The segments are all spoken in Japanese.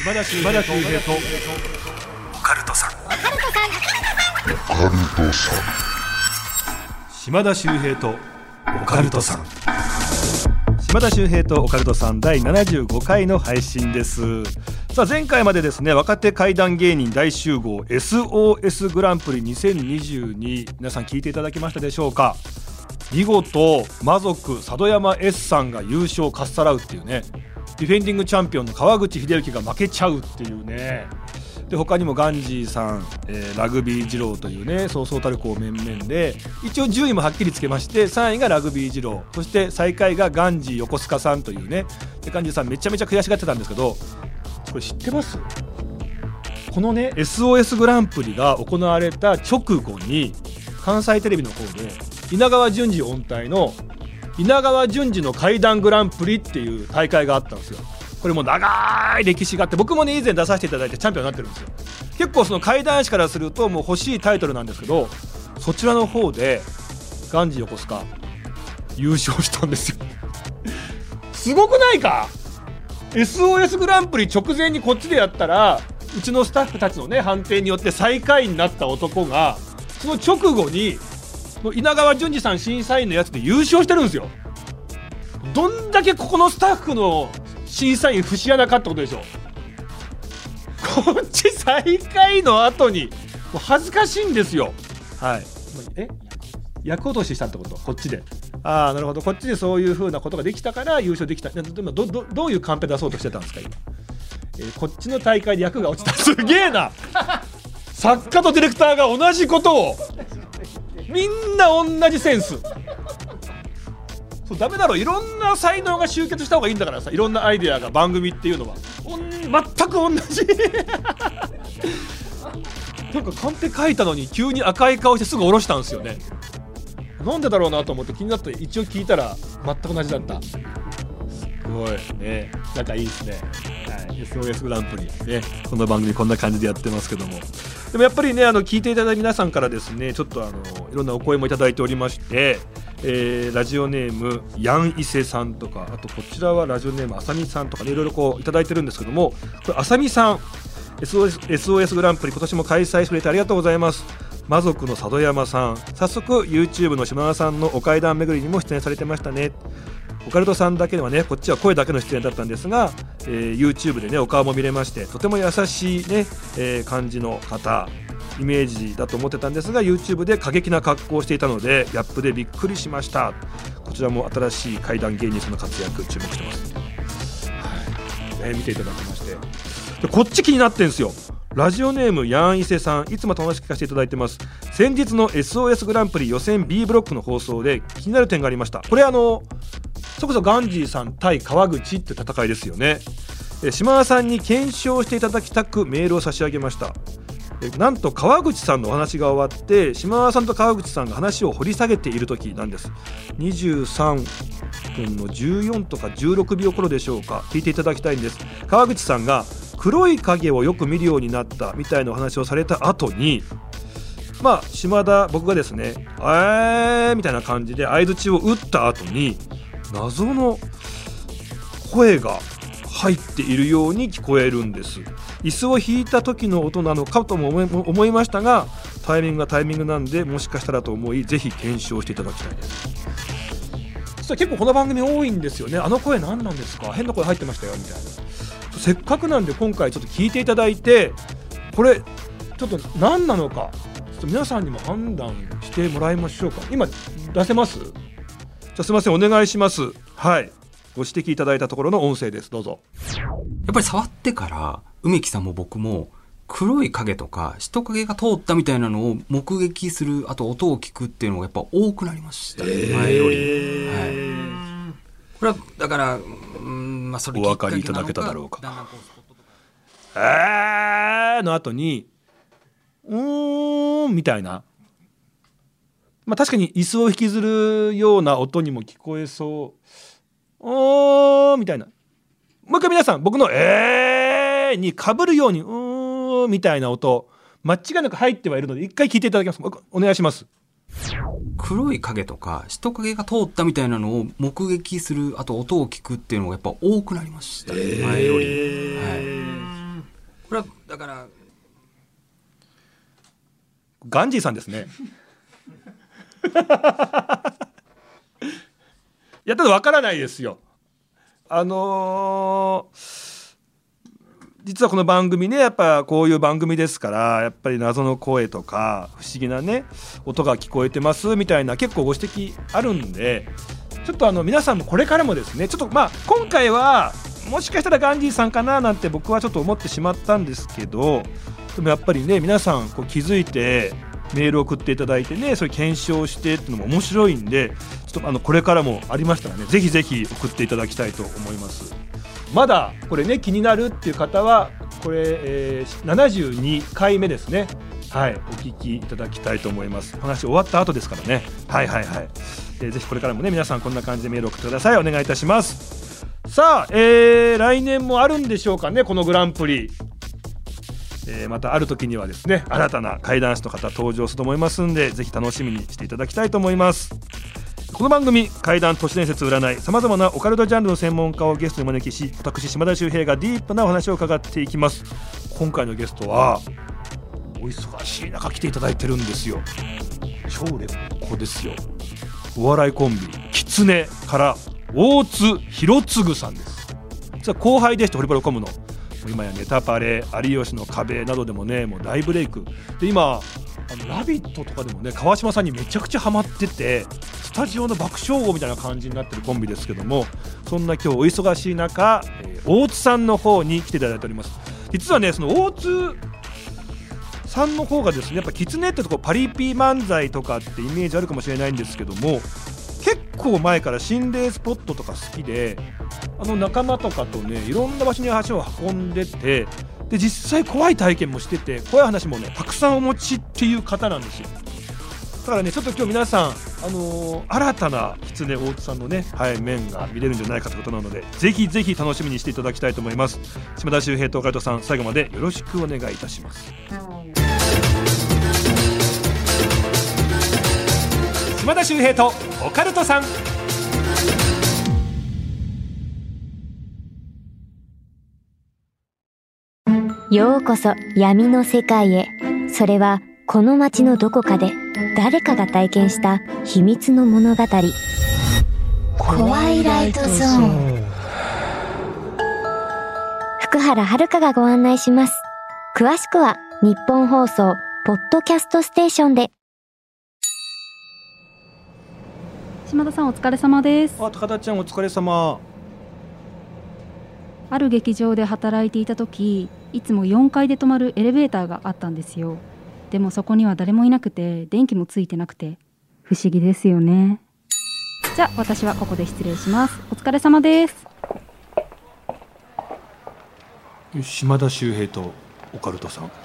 島田秀平とオカルトさん。島田秀平とオカルトさん。島田秀平とオカルトさん第75回の配信です。さあ前回までですね、若手怪談芸人大集合 SOS グランプリ2022、皆さん聞いていただきましたでしょうか。見事魔族佐渡山 S さんが優勝をかっさらうっていうね、ディフェンディングチャンピオンの川口秀之が負けちゃうっていうね。で他にもガンジーさん、ラグビー二郎というね、そうそうたる面々で、一応順位もはっきりつけまして、3位がラグビー二郎、そして最下位がガンジー横須賀さんというね。でガンジーさんめちゃめちゃ悔しがってたんですけど、これ知ってます？このね SOS グランプリが行われた直後に関西テレビの方で稲川淳二音体の稲川淳二の怪談グランプリっていう大会があったんですよ。これも長い歴史があって、僕もね以前出させていただいてチャンピオンになってるんですよ。結構その怪談師からするともう欲しいタイトルなんですけど、そちらの方でガンジー横須賀優勝したんですよすごくないか。 SOS グランプリ直前にこっちでやったら、うちのスタッフたちのね判定によって最下位になった男が、その直後に稲川淳二さん審査員のやつで優勝してるんですよ。どんだけここのスタッフの審査員節穴かってことでしょ。こっち最下位の後にもう恥ずかしいんですよ。はい。役落とししたってこと、こっちで。ああなるほど、こっちでそういう風なことができたから優勝できた。どういうカンペ出そうとしてたんですか今。こっちの大会で役が落ちた。すげえな作家とディレクターが同じことを、みんな同じセンス。そうダメだろ、いろんな才能が集結した方がいいんだからさ、いろんなアイデアが番組っていうのは全く同じなんかカンペ書いたのに急に赤い顔してすぐ下ろしたんですよね。なんでだろうなと思って気になって一応聞いたら全く同じだった。すごいね、仲いいですね、はい、SOS グランプリね、この番組こんな感じでやってますけども、でもやっぱりね聞いていただいた皆さんからですね、ちょっといろんなお声もいただいておりまして、ラジオネームヤンイセさんとか、あとこちらはラジオネームあさみさんとかね、いろいろこういただいてるんですけども、これあさみさん SOS グランプリ今年も開催してくれてありがとうございます。魔族の佐渡山さん、早速 YouTube の島田さんのお怪談巡りにも出演されてましたね。オカルトさんだけではね、こっちは声だけの出演だったんですが、YouTube でねお顔も見れまして、とても優しいね、感じの方イメージだと思ってたんですが、 YouTube で過激な格好をしていたのでギャップでびっくりしました。こちらも新しい怪談芸人さんの活躍注目してます、はい見ていただきまして、でこっち気になってんですよ。ラジオネームヤンイセさん、いつも楽しく聞かせていただいてます。先日の SOS グランプリ予選 B ブロックの放送で気になる点がありました。これそこそガンジーさん対川口って戦いですよね。島田さんに検証していただきたくメールを差し上げました。なんと川口さんのお話が終わって島田さんと川口さんが話を掘り下げている時なんです。23分の14とか16秒頃でしょうか。聞いていただきたいんです。川口さんが黒い影をよく見るようになったみたいなお話をされた後に、島田僕がですねみたいな感じで相槌を打った後に謎の声が入っているように聞こえるんです。椅子を引いた時の音なのかとも思いましたが、タイミングがタイミングなんでもしかしたらと思い、ぜひ検証していただきたいです。それ結構この番組多いんですよね。あの声何なんですか、変な声入ってましたよみたいな。せっかくなんで今回ちょっと聞いていただいて、これちょっと何なのかちょっと皆さんにも判断してもらいましょうか。今出せます？じゃあすいませんお願いします。はい、ご指摘いただいたところの音声です。どうぞ。 やっぱり触ってから梅木さんも僕も黒い影とか人影が通ったみたいなのを目撃する、あと音を聞くっていうのがやっぱ多くなりましたね、前より、はい、これはだからそれお分かりいただけただろうか。の後にみたいな、確かに椅子を引きずるような音にも聞こえそうみたいな。もう一回皆さん僕のに被るようにみたいな音間違いなく入ってはいるので一回聞いていただきます。お願いします。 黒い影とか人影が通ったみたいなのを目撃する、あと音を聞くっていうのがやっぱ多くなりましたね、前より、 これはだからガンジーさんですねいやただ分からないですよ。実はこの番組ねやっぱこういう番組ですからやっぱり謎の声とか不思議なね音が聞こえてますみたいな結構ご指摘あるんで、ちょっと皆さんもこれからもですねちょっと今回はもしかしたらガンジーさんかななんて僕はちょっと思ってしまったんですけど、でもやっぱりね皆さんこう気づいてメールを送っていただいてね、それ検証してっていうのも面白いんで、ちょっとこれからもありましたらねぜひぜひ送っていただきたいと思います。まだこれね気になるっていう方はこれ、72回目ですね。はい、お聞きいただきたいと思います。話終わった後ですからね。はいはいはい、ぜひこれからもね皆さんこんな感じでメールを送ってください。お願いいたします。さあ、来年もあるんでしょうかねこのグランプリ。またある時にはですね新たな怪談師の方登場すると思いますんで、ぜひ楽しみにしていただきたいと思います。この番組怪談都市伝説占いさまざまなオカルトジャンルの専門家をゲストに招きし、私島田秀平がディープなお話を伺っていきます。今回のゲストはお忙しい中来ていただいてるんですよ。超売れっ子ですよ。お笑いコンビキツネから大津広次さんです。実は後輩でしてホリプロコムの今やネタパレ有吉の壁などでもねもう大ブレイクで、今ラビットとかでもね川島さんにめちゃくちゃハマっててスタジオの爆笑王みたいな感じになってるコンビですけども、そんな今日お忙しい中、大津さんの方に来ていただいております。実はねその大津さんの方がですねやっぱキツネってとこパリピ漫才とかってイメージあるかもしれないんですけども、結構前から心霊スポットとか好きで仲間とかとねいろんな場所に足を運んでて、で実際怖い体験もしてて怖い話もねたくさんお持ちっていう方なんですよ。だからねちょっと今日皆さん、新たなキツネ大津さんのね、はい、面が見れるんじゃないかということなので、ぜひぜひ楽しみにしていただきたいと思います。島田秀平とオカルトさん最後までよろしくお願いいたします。島田秀平とオカルトさん。 ようこそ闇の世界へ。それはこの街のどこかで誰かが体験した秘密の物語。怖いライトゾーン。福原遥がご案内します。詳しくは日本放送ポッドキャストステーションで。 島田さんお疲れ様です。 高田ちゃんお疲れ様。 ある劇場で働いていた時、いつも4階で止まるエレベーターがあったんですよ。でもそこには誰もいなくて電気もついてなくて不思議ですよね。じゃあ私はここで失礼します。お疲れ様です。 島田秀平とオカルトさん。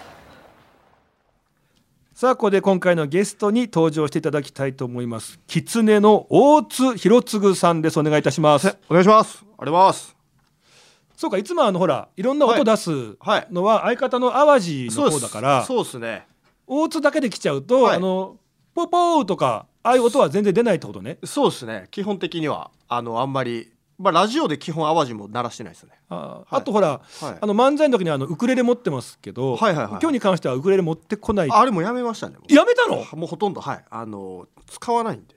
さあここで今回のゲストに登場していただきたいと思います。キツネの大津広次さんです。お願いいたします。 お願いします。ありがとうございます。 そうか、いつもほらいろんな音出すのは相方の淡路の方だから、 そうですね。 大津だけで来ちゃうと、ポポーとかああいう音は全然出ないってことね。 そうですね。基本的にはあんまり、ラジオで基本淡路も鳴らしてないですね。 あとほら、漫才の時にウクレレ持ってますけど、今日に関してはウクレレ持ってこない。 あれもやめましたね。 やめたの？ もうほとんど使わないんで。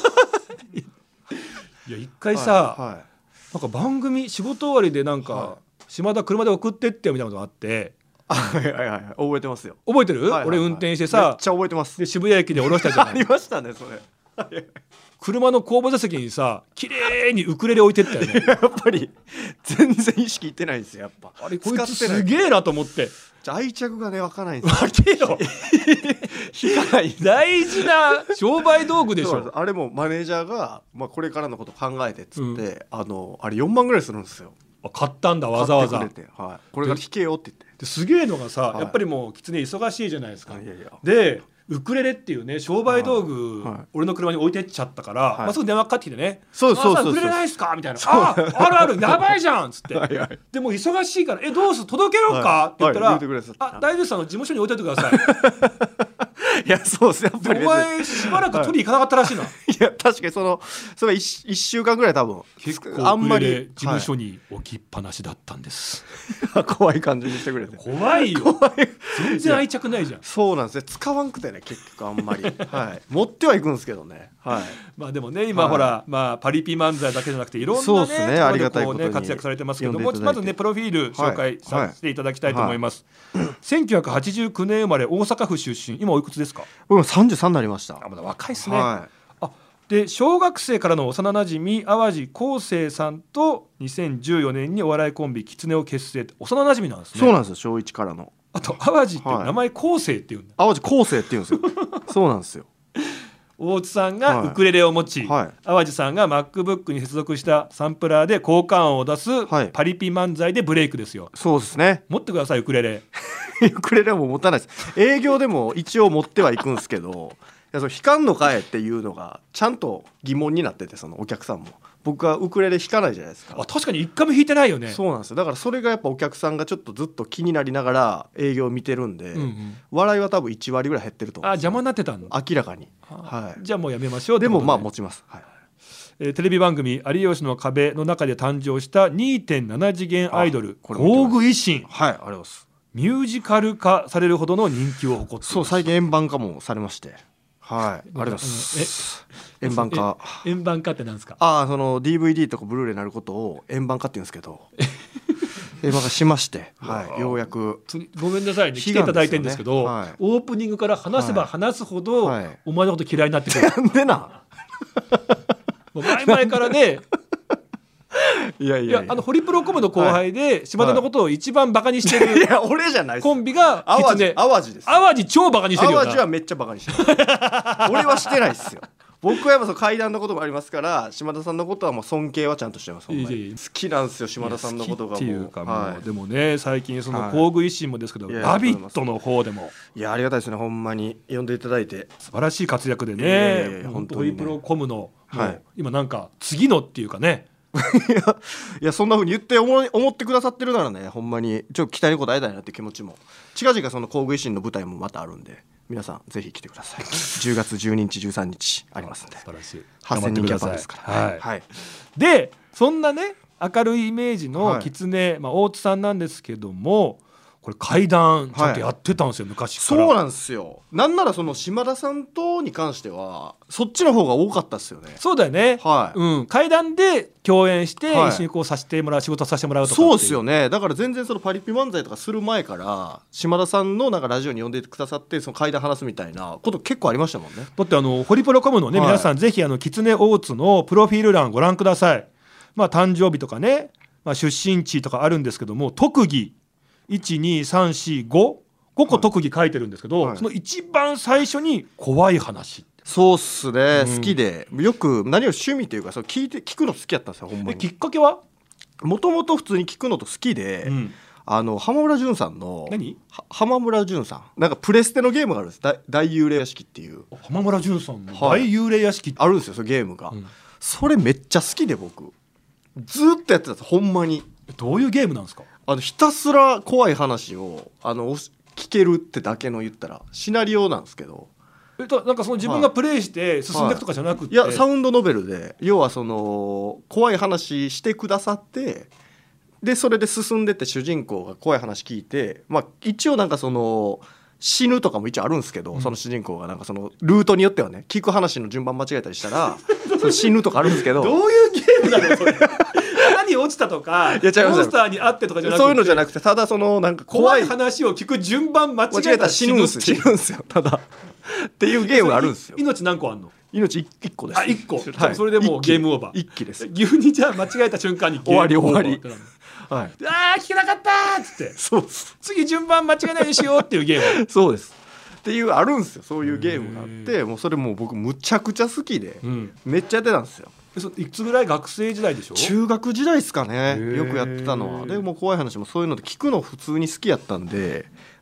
いや一回さ、なんか番組仕事終わりで島田車で送ってってみたいなことがあって、 覚えてますよ。 覚えてる？俺運転してさ、 めっちゃ覚えてます。 で渋谷駅で降ろしたじゃない。 ありましたねそれ。 車の後部座席にさ綺麗にウクレレ置いてったよね。 やっぱり全然意識いってないんですよ。やっぱあれこいつすげえなと思って。 愛着がね湧かないんですよ。 湧けよ。 引かない。 大事な商売道具でしょ。 あれもマネージャーが、これからのこと考えてっつって、あれ4万ぐらいするんですよ。 買ったんだわざわざ。 これから弾けよって言って。 すげえのがさ、やっぱりもうキツネ忙しいじゃないですか。でウクレレっていうね商売道具、 はい俺の車に置いてっちゃったから、 はいまあ、すぐ電話かかってきてねそうそうそうそうウクレレないっすかみたいなああるあるやばいじゃんっつってはいはい、 でも忙しいからどうする届けようか、って言ったら、 はいはい言ってくれたあ大丈夫です事務所に置いといてくださいいやそうですやっぱりでお前しばらく取り行かなかったらしいな、 いや確かにそれ 1週間ぐらい多分結構あんまりウクレレ事務所に置きっぱなしだったんです、 はい怖い感じにしてくれて怖いよ全然愛着ないじゃんそうなんですね使わんくてね結局あんまり、はい、持ってはいくんですけどね、はい、 まあでもね今はいほら、まあ、パリピ漫才だけじゃなくていろんなそうねですねありがたいところでこうねことに活躍されてますけども呼んでいただいてまずねプロフィール紹介させていただきたいと思います、1989年生まれ大阪府出身今おいくつですか？ 僕も33になりましたあまだ若いですね、 はあで小学生からの幼なじみ淡路康生さんと2014年にお笑いコンビキツネを結成って幼なじみなんですい、 ね。 そうなんですよ小1からのあと淡路ってはい名前康生っていうんだ、 淡路昴生って言うんですよそうなんですよ大津さんがはいウクレレを持ち、 はい淡路さんが MacBook に接続したサンプラーで効果音を出すはいパリピ漫才でブレイクですよ。 そうですね持ってくださいウクレレ。 ウクレレはもう持たないです営業でも一応持ってはいくんですけどいやその弾かんのかえっていうのがちゃんと疑問になっててそのお客さんも僕はウクレレ弾かないじゃないですかあ確かに一回も弾いてないよね。 そうなんですよだからそれがやっぱお客さんがちょっとずっと気になりながら営業を見てるんで、 うんうん笑いは多分1割ぐらい減ってると思うんですよあ邪魔になってたんだ。 明らかに、はい、 じゃあもうやめましょうってでこともまあ持ちます、はい、 テレビ番組「有吉の壁」の中で誕生した 2.7 次元アイドルあこれも工具維新はい、ありがとうございますミュージカル化されるほどの人気を誇っていますそう最近円盤化もされましてはいありがとうございます円盤化円盤化ってなんですか？ その DVD とかブルーレイになることを円盤化って言うんですけど円盤化しまして、はい、ようやくごめんなさいね来ていただいてるんですけど、 はいオープニングから話せば話すほど、 はいお前のこと嫌いになってくるなんでなもう前々からねいやいいやホリプロコムの後輩で島田のことを一番バカにしているや俺じゃないですコンビが淡路キツネ淡路です淡路超バカにしてるよな。 淡路はめっちゃバカにしてる俺はしてないっすよ僕はやっぱその階段のこともありますから島田さんのことはもう尊敬はちゃんとしてますほんまにいい好きなんですよ島田さんのことがもう好きっていうかもう、 はいでもね最近そのはい工具維新もですけど、 いやラビットの方でもいやありがたいですねほんまに呼んでいただいて素晴らしい活躍でいやいやいねや本当ホ本当にねリプロコムのもう、 はい今なんか次のっていうかねいやそんな風に言って思ってくださってるならねほんまにちょっと期待に応えたいなっていう気持ちも近々その工具維新の舞台もまたあるんで皆さんぜひ来てください10月12日13日ありますんで素晴らしい 8000人キャパですからはいはい、 でそんなね明るいイメージのはいキツネ、大津さんなんですけどもこれ怪談ちゃんとやってたんですよ、昔から。 そうなんですよなんならその島田さんとに関してはそっちの方が多かったですよねそうだよね、 はい怪談で共演してはい一緒にこうさせてもらう仕事させてもらうとかっていそうですよねだから全然そのパリピ漫才とかする前から島田さんのなんかラジオに呼んでくださってその怪談話すみたいなこと結構ありましたもんねだってホリプロコムのね、 はい皆さんぜひキツネ大津のプロフィール欄ご覧ください。まあ誕生日とかね、出身地とかあるんですけども特技12345個特技書いてるんですけど、 はいその一番最初に怖い話そうっすね、 うん好きでよく何より趣味というかそう聞くの好きやったんですよほんまきにっかけは、 もともと普通に聞くのと好きで、 うん浜村淳さんの何浜村淳さんなんかプレステのゲームがあるんです大幽霊屋敷っていう浜村淳さんのはい大幽霊屋敷って、 あるんですよそのゲームが、 うんそれめっちゃ好きで僕ずーっとやってたんですほんまにどういうゲームなんですか？ ひたすら怖い話を聞けるってだけの言ったらシナリオなんですけどなんかその自分がプレイして進んでいくとかじゃなくて、 いやサウンドノベルで要はその怖い話してくださってでそれで進んでって主人公が怖い話聞いて、まあ、一応なんかその死ぬとかも一応あるんですけど、その主人公がなんかそのルートによってはね聞く話の順番間違えたりしたらその死ぬとかあるんですけどどういうゲームなのそれ穴に落ちたとかいや違いますモンスターに会ってとかじゃなくてそういうのじゃなくてただそのなんか怖い話を聞く順番間違えたら間違えたら死ぬんですっていう死ぬんですよただっていうゲームがあるんですよ命何個あんの？ 命1個です 1個、 はいそれでもうゲームオーバー。 一気です急にじゃあ間違えた瞬間にゲームオーバー終わりってなるはいあー聞けなかったーっつってそうです次順番間違えないようにしようっていうゲームそうですっていうあるんですよそういうゲームがあってもうそれもう僕むちゃくちゃ好きで、めっちゃやってたんですよいくつぐらい学生時代でしょ？ 中学時代ですかねーよくやってたのはでも怖い話もそういうので聞くの普通に好きやったんで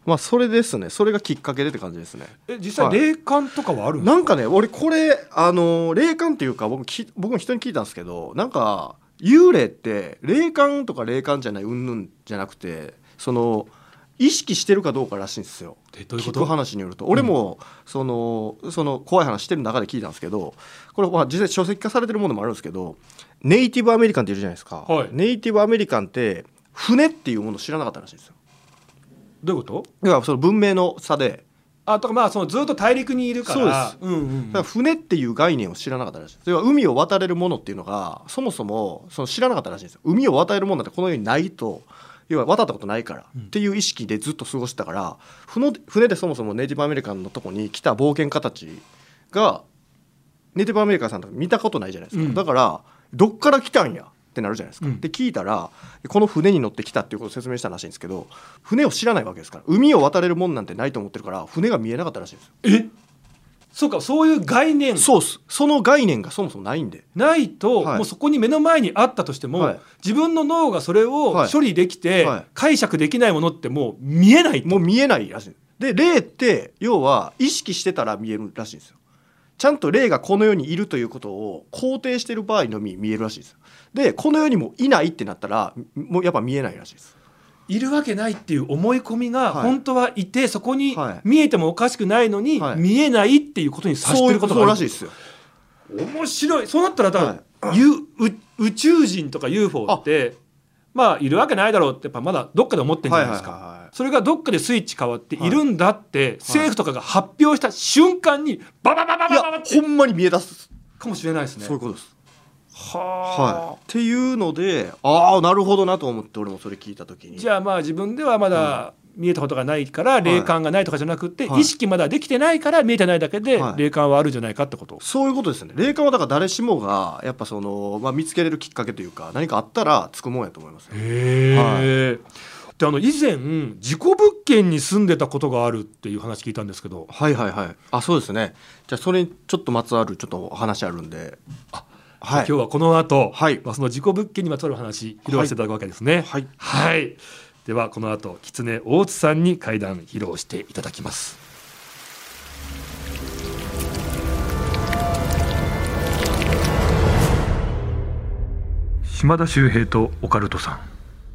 まあそれですね。それがきっかけでって感じですね。 実際霊感とかはあるんですか？ なんかね、俺これ霊感っていうか僕も人に聞いたんですけど、なんか幽霊って霊感とか霊感じゃない云々じゃなくて、その意識してるかどうからしいんですよ。 どういうこと聞く話によると、俺もその怖い話してる中で聞いたんですけど、これ実際書籍化されてるものもあるんですけど、ネイティブアメリカンっているじゃないですか、 はい、 ネイティブアメリカンって船っていうものを知らなかったらしいんですよ。 どういうこと？ 要はその文明の差で、 とかまあそのずっと大陸にいるから、 そうです、だから船っていう概念を知らなかったらしいです。要は海を渡れるものっていうのがそもそも知らなかったらしいんですよ。海を渡れるものなんてこの世にないと、要は渡ったことないからっていう意識でずっと過ごしてたから、船でそもそもネイティブアメリカンのとこに来た冒険家たちがネイティブアメリカンさんとか見たことないじゃないですか、だからどっから来たんやってなるじゃないですか、で聞いたらこの船に乗ってきたっていうことを説明したらしいんですけど、船を知らないわけですから、海を渡れるもんなんてないと思ってるから船が見えなかったらしいんですよ。 そうか、そういう概念、 そうっす。その概念がそもそもないんで、 ないと、もうそこに目の前にあったとしても、自分の脳がそれを処理できて、解釈できないものってもう見えない、 もう見えないらしい。で霊って要は意識してたら見えるらしいんですよ。ちゃんと霊がこの世にいるということを肯定してる場合のみ見えるらしいですよ。でこの世にもいないってなったらもうやっぱ見えないらしいです。 いるわけないっていう思い込みが本当はいて、そこに見えてもおかしくないのに、見えないっていうことに指してることがある。 そうらしいですよ。 面白い。そうなったら宇宙人とか UFO ってまあいるわけないだろうってやっぱまだどっかで思ってるんじゃないですか、それがどっかでスイッチ変わっているんだって政府とかが発表した瞬間にバババババババってほんまに見え出すかもしれないですね。 そういうことです。っていうので、なるほどなと思って、俺もそれ聞いた時に、 じゃあまあ自分ではまだ見えたことがないから霊感がないとかじゃなくて、意識まだできてないから見えてないだけで霊感はあるんじゃないかってこと、 そういうことですね。霊感はだから誰しもがやっぱ見つけれるきっかけというか、何かあったらつくもんやと思います。 へで以前事故物件に住んでたことがあるっていう話聞いたんですけど。 そうですね。じゃあそれにちょっとまつわるちょっとお話あるんで、 今日はこの後、その事故物件にまつわる話披露していただくわけですね。ではこの後狐大津さんに怪談披露していただきます。島田秀平とオカルトさん。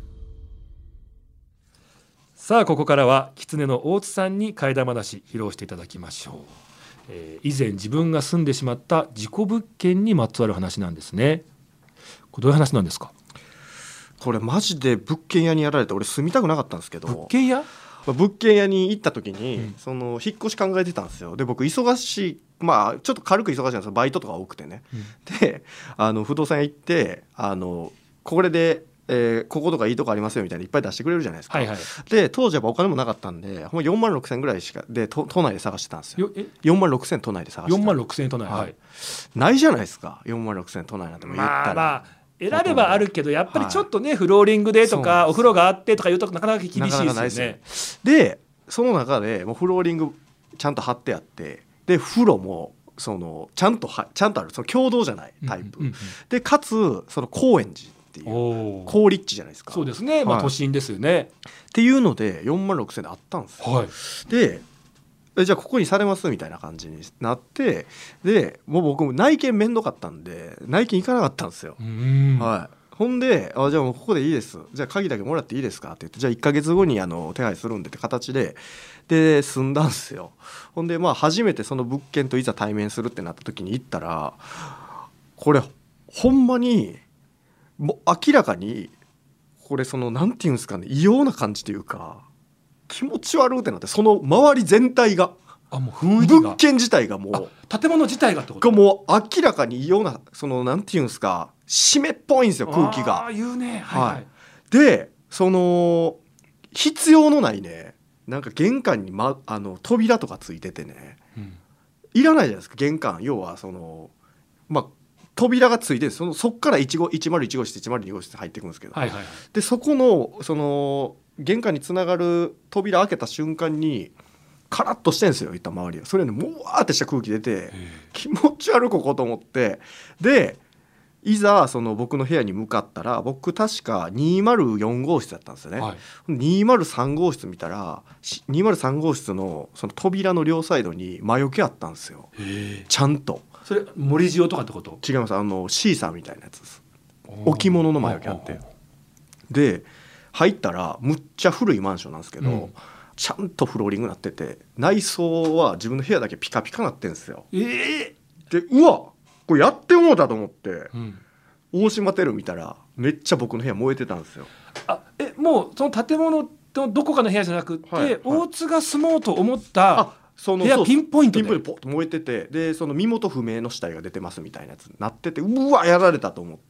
さあここからは狐の大津さんに怪談話披露していただきましょう。以前自分が住んでしまった事故物件にまつわる話なんですね。これどういう話なんですか？ これマジで物件屋にやられて俺住みたくなかったんですけど、 物件屋に行った時に、引っ越し考えてたんですよ。で僕忙しい、ちょっと軽く忙しいんですよ。バイトとか多くてね、で不動産屋行ってこれでこことかいいとこありますよみたいないっぱい出してくれるじゃないですか、で当時やっぱお金もなかったんでほんま4万6千ぐらいしかで都内で探してたんですよ。4万6千都内で探してた。 4万6千都内、 ないじゃないですか。4万6千都内なんても言ったら、 選べばあるけどやっぱりちょっとね、フローリングでとかお風呂があってとかいうとなかなか厳しいですよね。 でその中でもうフローリングちゃんと張ってあって、で風呂もちゃんとある、共同じゃないタイプ、でかつ高円寺っていう高立地じゃないですか。 そうですね、都心ですよね。 っていうので4万6千であったんですよ、でじゃあここにされますみたいな感じになって、でもう僕も内見めんどかったんで内見行かなかったんですよ。ほんでじゃあもうここでいいです、じゃあ鍵だけもらっていいですかって言って、じゃあ1ヶ月後に手配するんでって形で住んだんですよ。ほんで初めてその物件といざ対面するってなった時に行ったら、これほんまにもう明らかにこれなんていうんですかね、異様な感じというか気持ち悪ってなって、その周り全体がもう雰囲気が、 物件自体がもう建物自体がってこともう明らかに異様ななんていうんですか、湿っぽいんですよ空気が。 言うね、 で必要のないね、なんか玄関に、扉とかついててね、いらないじゃないですか玄関。要は扉がついてそっから101号室102号室入っていくんですけど、でそこの玄関につながる扉開けた瞬間にカラッとしてんですよ、いった周りは。それねもうわーってした空気出て、気持ち悪いここと思って、でいざその僕の部屋に向かったら、僕確か204号室だったんですよね、 はい、 203号室見たら203号室のその扉の両サイドに魔除けあったんですよ。ちゃんと。 それ森塩とかってこと？ 違います。シーサーみたいなやつです。置物の魔除けあって、で入ったらむっちゃ古いマンションなんですけど、ちゃんとフローリングなってて、内装は自分の部屋だけピカピカなってんですよ。でうわこれやってもうたと思って、大島テル見たらめっちゃ僕の部屋燃えてたんですよ。 もうその建物のどこかの部屋じゃなくて、大津が住もうと思った部屋ピンポイントでポッと燃えてて、でその身元不明の死体が出てますみたいなやつになってて、うわやられたと思って、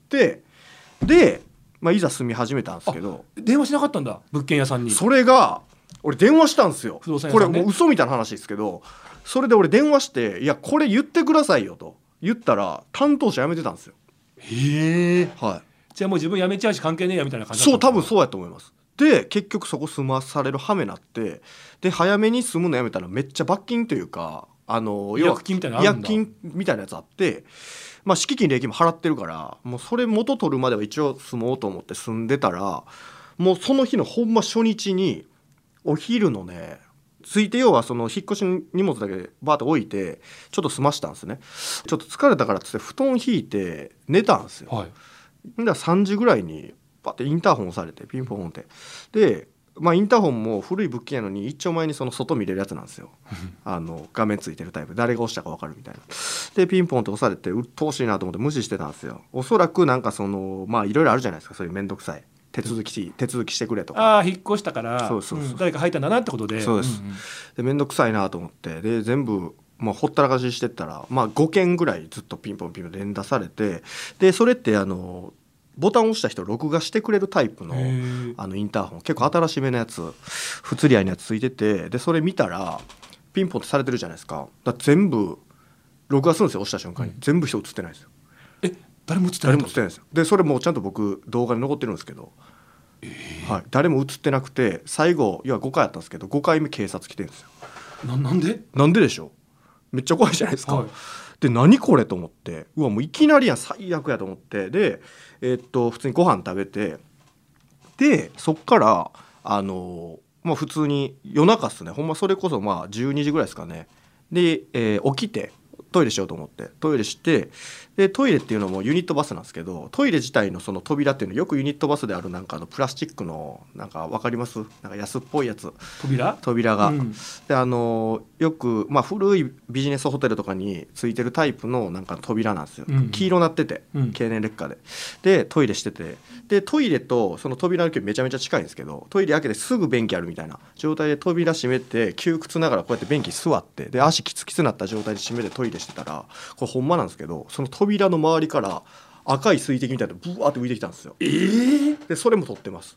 で、いざ住み始めたんですけど、 電話しなかったんだ物件屋さんに。 それが俺電話したんですよ。 不動産屋さんね。 これもう嘘みたいな話ですけど、それで俺電話して、いやこれ言ってくださいよと言ったら担当者辞めてたんですよ。 へえ。 はい。 じゃあもう自分辞めちゃうし関係ねえやみたいな感じだった。 そう多分そうやと思います。で結局そこ住まされる羽目なって、で早めに住むのやめたらめっちゃ罰金というか違約金みたいなのあるんだ。 違約金みたいなやつあって、敷金礼金も払ってるから、もうそれ元取るまでは一応住もうと思って住んでたら、もうその日のほんま初日にお昼のね着いて、要はその引っ越しの荷物だけバーッと置いてちょっと済ましたんですね。ちょっと疲れたからっつって布団引いて寝たんですよ。だから3時ぐらいにパッてインターホン押されて、ピンポンってで、インターホンも古い物件やのに一丁前にその外見れるやつなんですよ画面ついてるタイプ、誰が押したか分かるみたいな。でピンポンって押されて、うっとうしいなと思って無視してたんですよ。おそらくなんかそのいろいろあるじゃないですか、そういうめんどくさい手続きしてくれとか、 引っ越したからそう誰か入ったんだなってことで、 そうです、でめんどくさいなと思って、で全部ほったらかししてったら、5件ぐらいずっとピンポンピンポン連打されて、でそれってボタンを押した人を録画してくれるタイプのインターホン、結構新しめのやつ、不釣り合いのやつついてて、でそれ見たらピンポンってされてるじゃないですか。だから全部録画するんですよ。押した瞬間に全部人映ってないですよ。 誰も映ってないんですよ。でそれもちゃんと僕動画に残ってるんですけど、誰も映ってなくて、最後要は5回あったんですけど、5回目警察来てるんですよ。なんででしょう。めっちゃ怖いじゃないですか、で何これと思って、うわもういきなりやん、最悪やと思って、で普通にご飯食べて、でそっから普通に夜中っすね、ほんまそれこそ12時ぐらいですかね。で、起きてトイレしようと思ってトイレして、でトイレっていうのもユニットバスなんですけど、トイレ自体のその扉っていうのよくユニットバスであるなんかプラスチックのなんか分かります？なんか安っぽいやつ、扉が、でよく古いビジネスホテルとかについてるタイプのなんか扉なんですよ、黄色なってて、経年劣化でトイレしてて、でトイレとその扉の距離めちゃめちゃ近いんですけど、トイレ開けてすぐ便器あるみたいな状態で扉閉めて窮屈ながらこうやって便器座って、で足キツキツなった状態で閉めてトイレしてたら、これほんまなんですけど、その扉の周りから赤い水滴みたいなのブワーって浮いてきたんですよ。でそれも撮ってます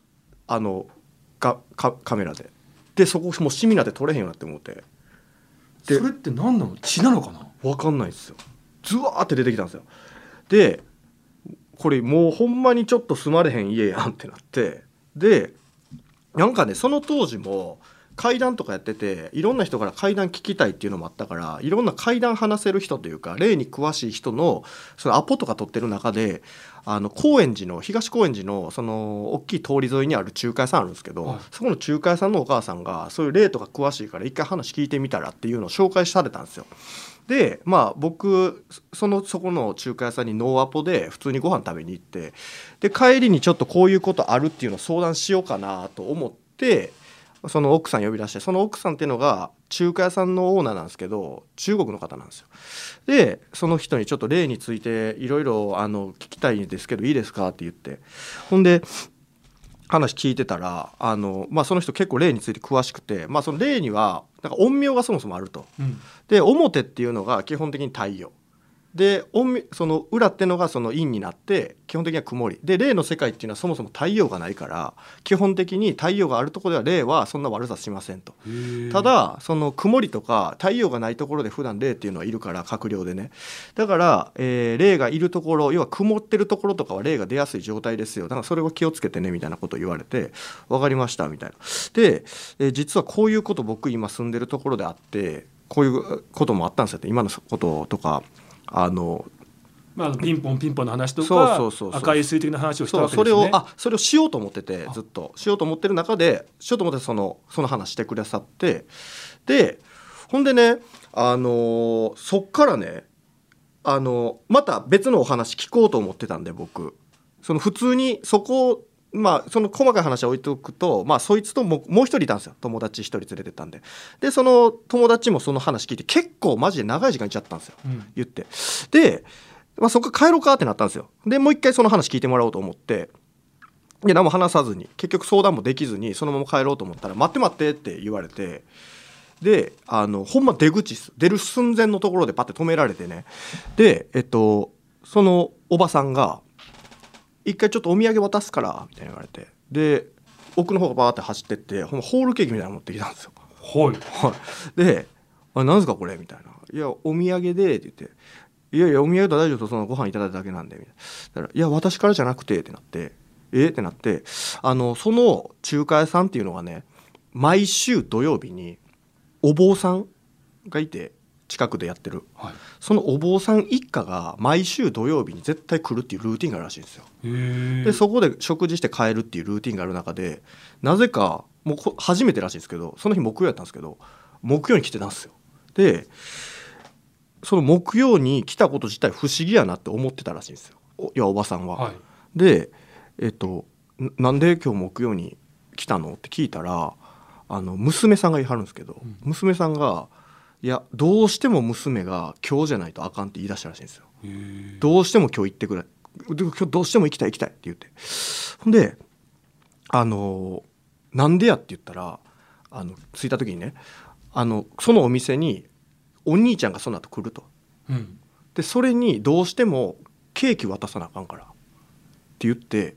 カメラで。でそこもうシミなって撮れへんようになって思って、 でそれって何なの？血なのかな？ 分かんないですよ。ズワーって出てきたんですよ。でこれもうほんまにちょっと住まれへん家やんってなって、でなんかねその当時も怪談とかやってて、いろんな人から怪談聞きたいっていうのもあったから、いろんな怪談話せる人というか霊に詳しい人のそのアポとか取ってる中で、高円寺の東高円寺のその大きい通り沿いにある中華屋さんあるんですけど、そこの中華屋さんのお母さんがそういう霊とか詳しいから一回話聞いてみたらっていうのを紹介されたんですよ。で僕そこの中華屋さんにノーアポで普通にご飯食べに行って、で帰りにちょっとこういうことあるっていうのを相談しようかなと思って、その奥さん呼び出して、その奥さんっていうのが中華屋さんのオーナーなんですけど、中国の方なんですよ。でその人にちょっと霊についていろいろ聞きたいんですけどいいですかって言って、ほんで話聞いてたらその人結構霊について詳しくて、その霊にはなんか陰陽がそもそもあると、で表っていうのが基本的に太陽で、その裏っていうのがその陰になって基本的には曇りで、霊の世界っていうのはそもそも太陽がないから、基本的に太陽があるところでは霊はそんな悪さしませんと。ただその曇りとか太陽がないところで普段霊っていうのはいるから、閣僚でね、だから、霊がいるところ、要は曇ってるところとかは霊が出やすい状態ですよ、だからそれは気をつけてねみたいなことを言われて、分かりましたみたいな。で、実はこういうこと僕今住んでるところであって、こういうこともあったんですよって、今のこととかまあ、ピンポンピンポンの話とそうかそうそうそう赤い水滴の話をしたそうわけですね。 それをしようと思ってて、ずっとしようと思ってる中でしようと思ってその話してくださって、でほんでね、そっからねまた別のお話聞こうと思ってたんで、僕その普通にそこ、まあその細かい話は置いておくと、まあそいつともう一人いたんですよ、友達一人連れてったんで。でその友達もその話聞いて結構マジで長い時間いっちゃったんですよ、言って。で、まあ、そこから帰ろうかってなったんですよ。でもう一回その話聞いてもらおうと思って、で何も話さずに結局相談もできずにそのまま帰ろうと思ったら、待って待ってって言われて、でほんま出る寸前のところでパッて止められてね。でそのおばさんが一回ちょっとお土産渡すからみたいな言われて、で奥の方がバーって走ってって、ほんまホールケーキみたいなの持ってきたんですよ。 はいはいで何ですかこれみたいな。いやお土産でって言って、いやいやお土産と大丈夫と、そのご飯いただいただけなんでみたいな。だからいや私からじゃなくてってなって、ってなって、その中華屋さんっていうのがね、毎週土曜日にお坊さんがいて近くでやってる、はい、そのお坊さん一家が毎週土曜日に絶対来るっていうルーティンがあるらしいんですよ。でそこで食事して帰るっていうルーティンがある中で、なぜかもう初めてらしいんですけど、その日木曜やったんですけど木曜に来てたんですよ。でその木曜に来たこと自体不思議やなって思ってたらしいんですよ、いやおばさんは、はい、でなんで今日木曜に来たのって聞いたら、娘さんが言いはるんですけど、娘さんがいやどうしても娘が今日じゃないとあかんって言い出したらしいんですよ。どうしても今日行ってくれ、今日どうしても行きたいって言って、ほんでなんでやって言ったら、着いた時にね、そのお店にお兄ちゃんがその後来ると、でそれにどうしてもケーキ渡さなあかんからって言って、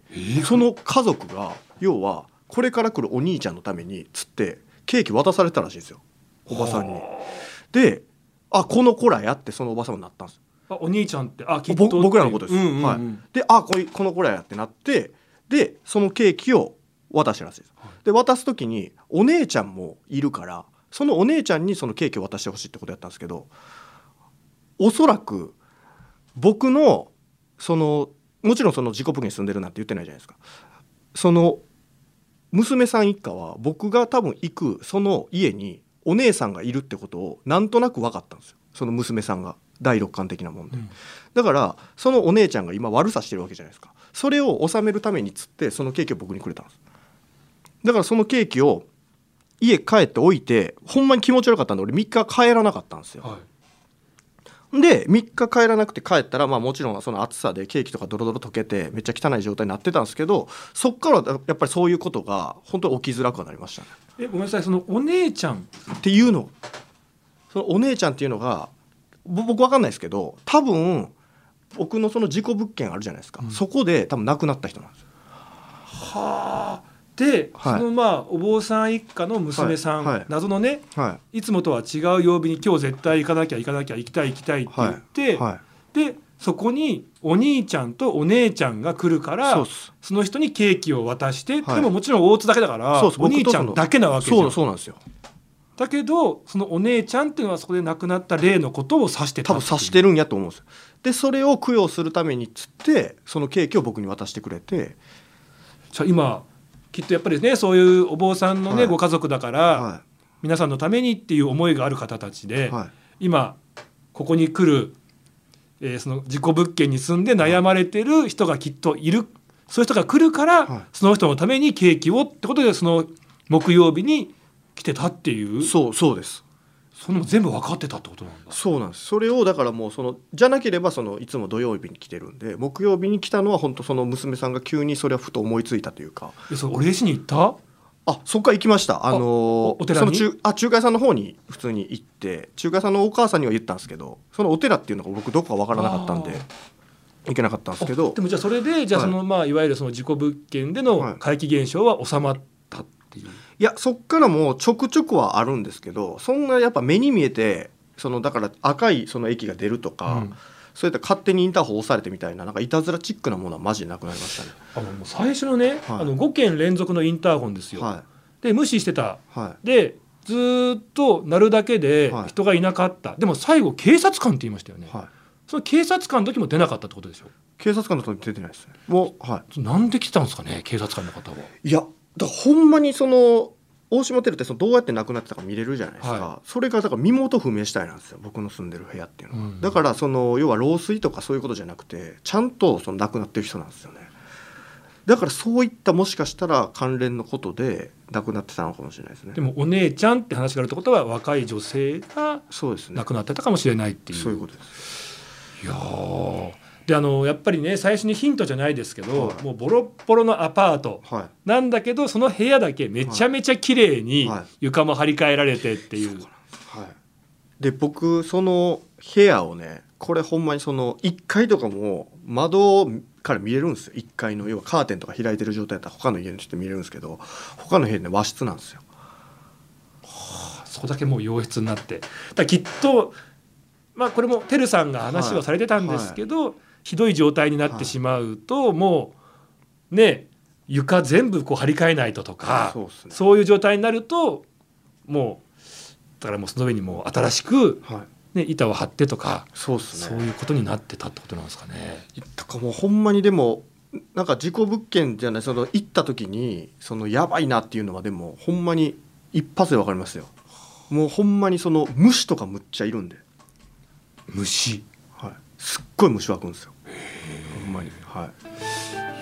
その家族が要はこれから来るお兄ちゃんのためにつってケーキ渡されたらしいんですよ、おばさんに。でこの子らやってそのおばさんになったんです。 お兄ちゃんってきっと僕らのことです、はい、でこの子らやってなって、でそのケーキを渡したらしいです。で渡す時にお姉ちゃんもいるから、そのお姉ちゃんにそのケーキを渡してほしいってことやったんですけど、おそらく僕のもちろんその自己部に住んでるなんて言ってないじゃないですか。その娘さん一家は僕が多分行くその家にお姉さんがいるってことをなんとなく分かったんですよ、その娘さんが第六感的なもんで、だからそのお姉ちゃんが今悪さしてるわけじゃないですか。それを収めるためにつってそのケーキを僕にくれたんです。だからそのケーキを家帰って置いて、ほんまに気持ち悪かったんで俺3日帰らなかったんですよ、で3日帰らなくて帰ったら、まあもちろんその暑さでケーキとかドロドロ溶けてめっちゃ汚い状態になってたんですけど、そっからやっぱりそういうことが本当に起きづらくなりましたね。 ごめんなさい、そのお姉ちゃんっていうの、そのお姉ちゃんっていうのが僕分かんないですけど、多分僕のその事故物件あるじゃないですか、そこで多分亡くなった人なんですよ。 はあ。で、そのお坊さん一家の娘さん、謎のね、いつもとは違う曜日に今日絶対行かなきゃ行きたいって言って、でそこにお兄ちゃんとお姉ちゃんが来るから、その人にケーキを渡して、でももちろん大津だけだからお兄ちゃんだけなわけですよ。 そうなんですよ。 だけどそのお姉ちゃんっていうのはそこで亡くなった例のことを指してた、 多分指してるんやと思うんですよ。でそれを供養するためにつってそのケーキを僕に渡してくれて、 じゃあ今きっとやっぱりね、そういうお坊さんのね、ご家族だから、皆さんのためにっていう思いがある方たちで、今ここに来る、その事故物件に住んで悩まれてる人がきっといる、そういう人が来るから、その人のためにケーキをってことでその木曜日に来てたっていう。 そうです。 その全部分かってたってことなんだ。 そうなんです。それをだからもうじゃなければいつも土曜日に来てるんで、木曜日に来たのは本当その娘さんが急にそれはふと思いついたというか。 それお礼しに行った？ そっから行きました。 お寺に中華屋さんの方に普通に行って、中華屋さんのお母さんには言ったんですけど、そのお寺っていうのが僕どこか分からなかったんで行けなかったんですけど。 でもじゃあそれでいわゆるその事故物件での怪奇現象は収まったっていう。 いやそっからもちょくちょくはあるんですけど、そんなやっぱ目に見えてだから赤いその駅が出るとか、そういった勝手にインターホン押されてみたいな、なんかいたずらチックなものはマジでなくなりましたね。 もう最初のね、5件連続のインターホンですよ、で無視してた、でずっと鳴るだけで人がいなかった、でも最後警察官って言いましたよね、 その警察官の時も出なかったってことでしょ。 警察官の時出てないですね。もう、はい、 なんで来たんですかね、警察官の方は。 いやだからほんまにその大島テルってそのどうやって亡くなってたか見れるじゃないですか、 はそれがだから身元不明死体なんですよ、僕の住んでる部屋っていうのは、だからその要は老衰とかそういうことじゃなくてちゃんとその亡くなってる人なんですよね。だからそういったもしかしたら関連のことで亡くなってたのかもしれないですね。 でもお姉ちゃんって話があるってことは若い女性がそうですね、 亡くなってたかもしれないっていう。 そういうことです。 いやでやっぱりね最初にヒントじゃないですけど、 はい、 もうボロッボロのアパートなんだけど、その部屋だけめちゃめちゃ綺麗に床も張り替えられてっていう、 はい、で僕その部屋をねこれほんまにその1階とかも窓から見れるんですよ。1階の要はカーテンとか開いてる状態だったら他の家の人見れるんですけど、他の部屋ね和室なんですよ。 はあ、そこだけもう洋室になって、だからきっとこれもてるさんが話をされてたんですけど、ひどい状態になってしまうと、もうね床全部こう張り替えないととか、そういう状態になるともうだからもうその上にもう新しく、ね、板を張ってとか、そういうことになってたってことなんですかね。 だからもうほんまにでもなんか事故物件じゃない、その行った時にそのやばいなっていうのはでもほんまに一発で分かりますよ。もうほんまにその虫とかむっちゃいるんで。 虫、 はい、すっごい虫湧くんですよ、ほんまに、はい、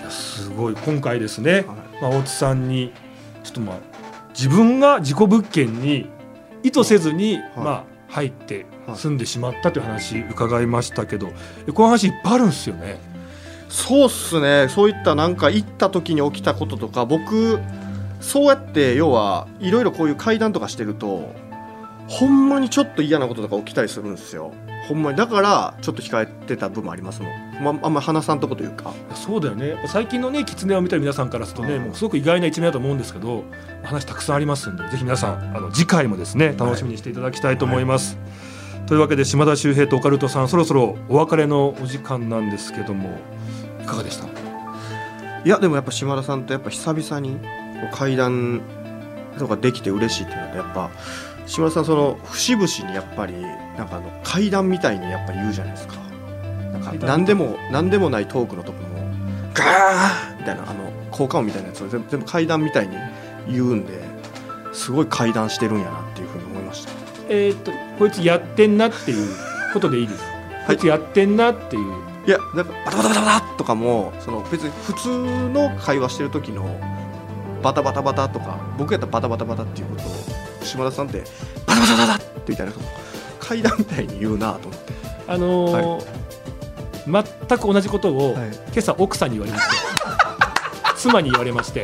いやすごい今回ですね、大津さんにちょっと自分が事故物件に意図せずに、入って住んでしまったという話伺いましたけど、この話いっぱいあるんですよね。 そうっすね。そういったなんか行った時に起きたこととか、僕そうやって要はいろいろこういう階段とかしてるとほんまにちょっと嫌なこととか起きたりするんですよ。ほんまにだからちょっと控えてた部分ありますもん、あんま話さんとこというか。 そうだよね。最近のね狐を見たり皆さんからするとね、もうすごく意外な一面だと思うんですけど、話たくさんありますんで、ぜひ皆さん次回もですね楽しみにしていただきたいと思います、というわけで島田秀平とオカルトさん、そろそろお別れのお時間なんですけども、いかがでした？ いやでもやっぱ島田さんとやっぱ久々に会談とかできて嬉しいっていうのと、やっぱ島田さんその節々にやっぱりなんか怪談みたいにやっぱり言うじゃないですか。なんか何でもないトークのとこもガーみたいな効果音みたいなやつを全部怪談みたいに言うんで、すごい怪談してるんやなっていうふうに思いました。 こいつやってんなっていうことでいいです、こいつやってんなっていう。 いやなんかバタバタバタバタとかもその別に普通の会話してる時のバタバタバタとか、僕やったらバタバタバタっていうことを島田さんってバタバタバタってみたいな階段みたいに言うなと思って、全く同じことを、今朝奥さんに言われまして妻に言われまして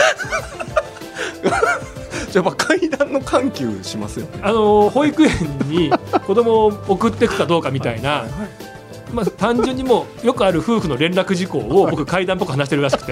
やっぱ階段の緩急しますよね。 保育園に子供を送っていくかどうかみたいな単純にもうよくある夫婦の連絡事項を僕階段っぽく話してるらしくて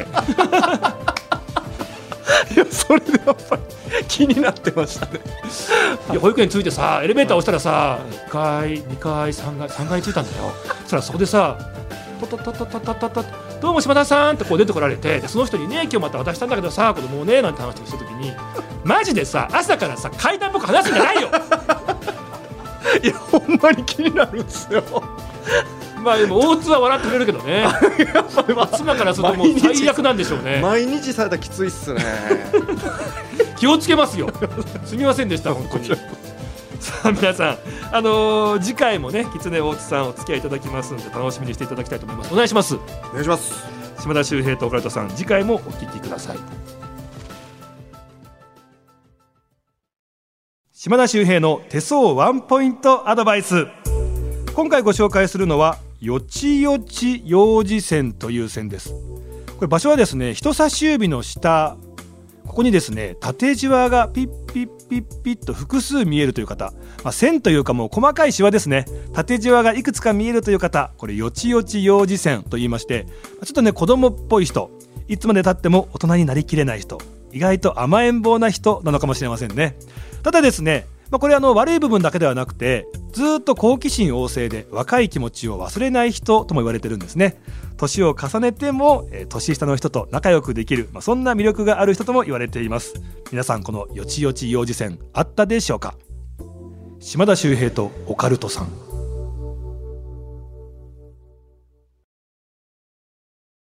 いやそれでやっぱり気になってましたね。 いや保育園に着いてさ、エレベーター押したらさ、1階2階3階に着いたんだよ。そしたらそこでさトトトトトトトトどうも島田さんってこう出てこられて、でその人にね今日また渡したんだけどさ子供をねなんて話をした時に、マジでさ朝からさ階段っぽく話すんじゃないよいやほんまに気になるんですよでも大津は笑ってくれるけどね妻からするともう最悪なんでしょうね。 毎日されたらきついっすね気をつけますよすみませんでした本当にさあ皆さん、次回もね狐大津さんお付き合いいただきますので楽しみにしていただきたいと思います。お願いします。 お願いします。 島田秀平とオカルトさん、次回もお聞きください。島田秀平の手相ワンポイントアドバイス。今回ご紹介するのはよちよち幼児線という線です。これ場所はですね人差し指の下、ここにですね縦じわがピッピッピッピッと複数見えるという方、線というかもう細かいシワですね。縦じわがいくつか見えるという方、これよちよち幼児線と言いまして、ちょっとね子供っぽい人、いつまで経っても大人になりきれない人、意外と甘えん坊な人なのかもしれませんね。ただですねこれ悪い部分だけではなくて、ずっと好奇心旺盛で若い気持ちを忘れない人とも言われてるんですね。年を重ねても年下の人と仲良くできる、そんな魅力がある人とも言われています。皆さんこのよちよち幼児線あったでしょうか。島田秀平とオカルトさん。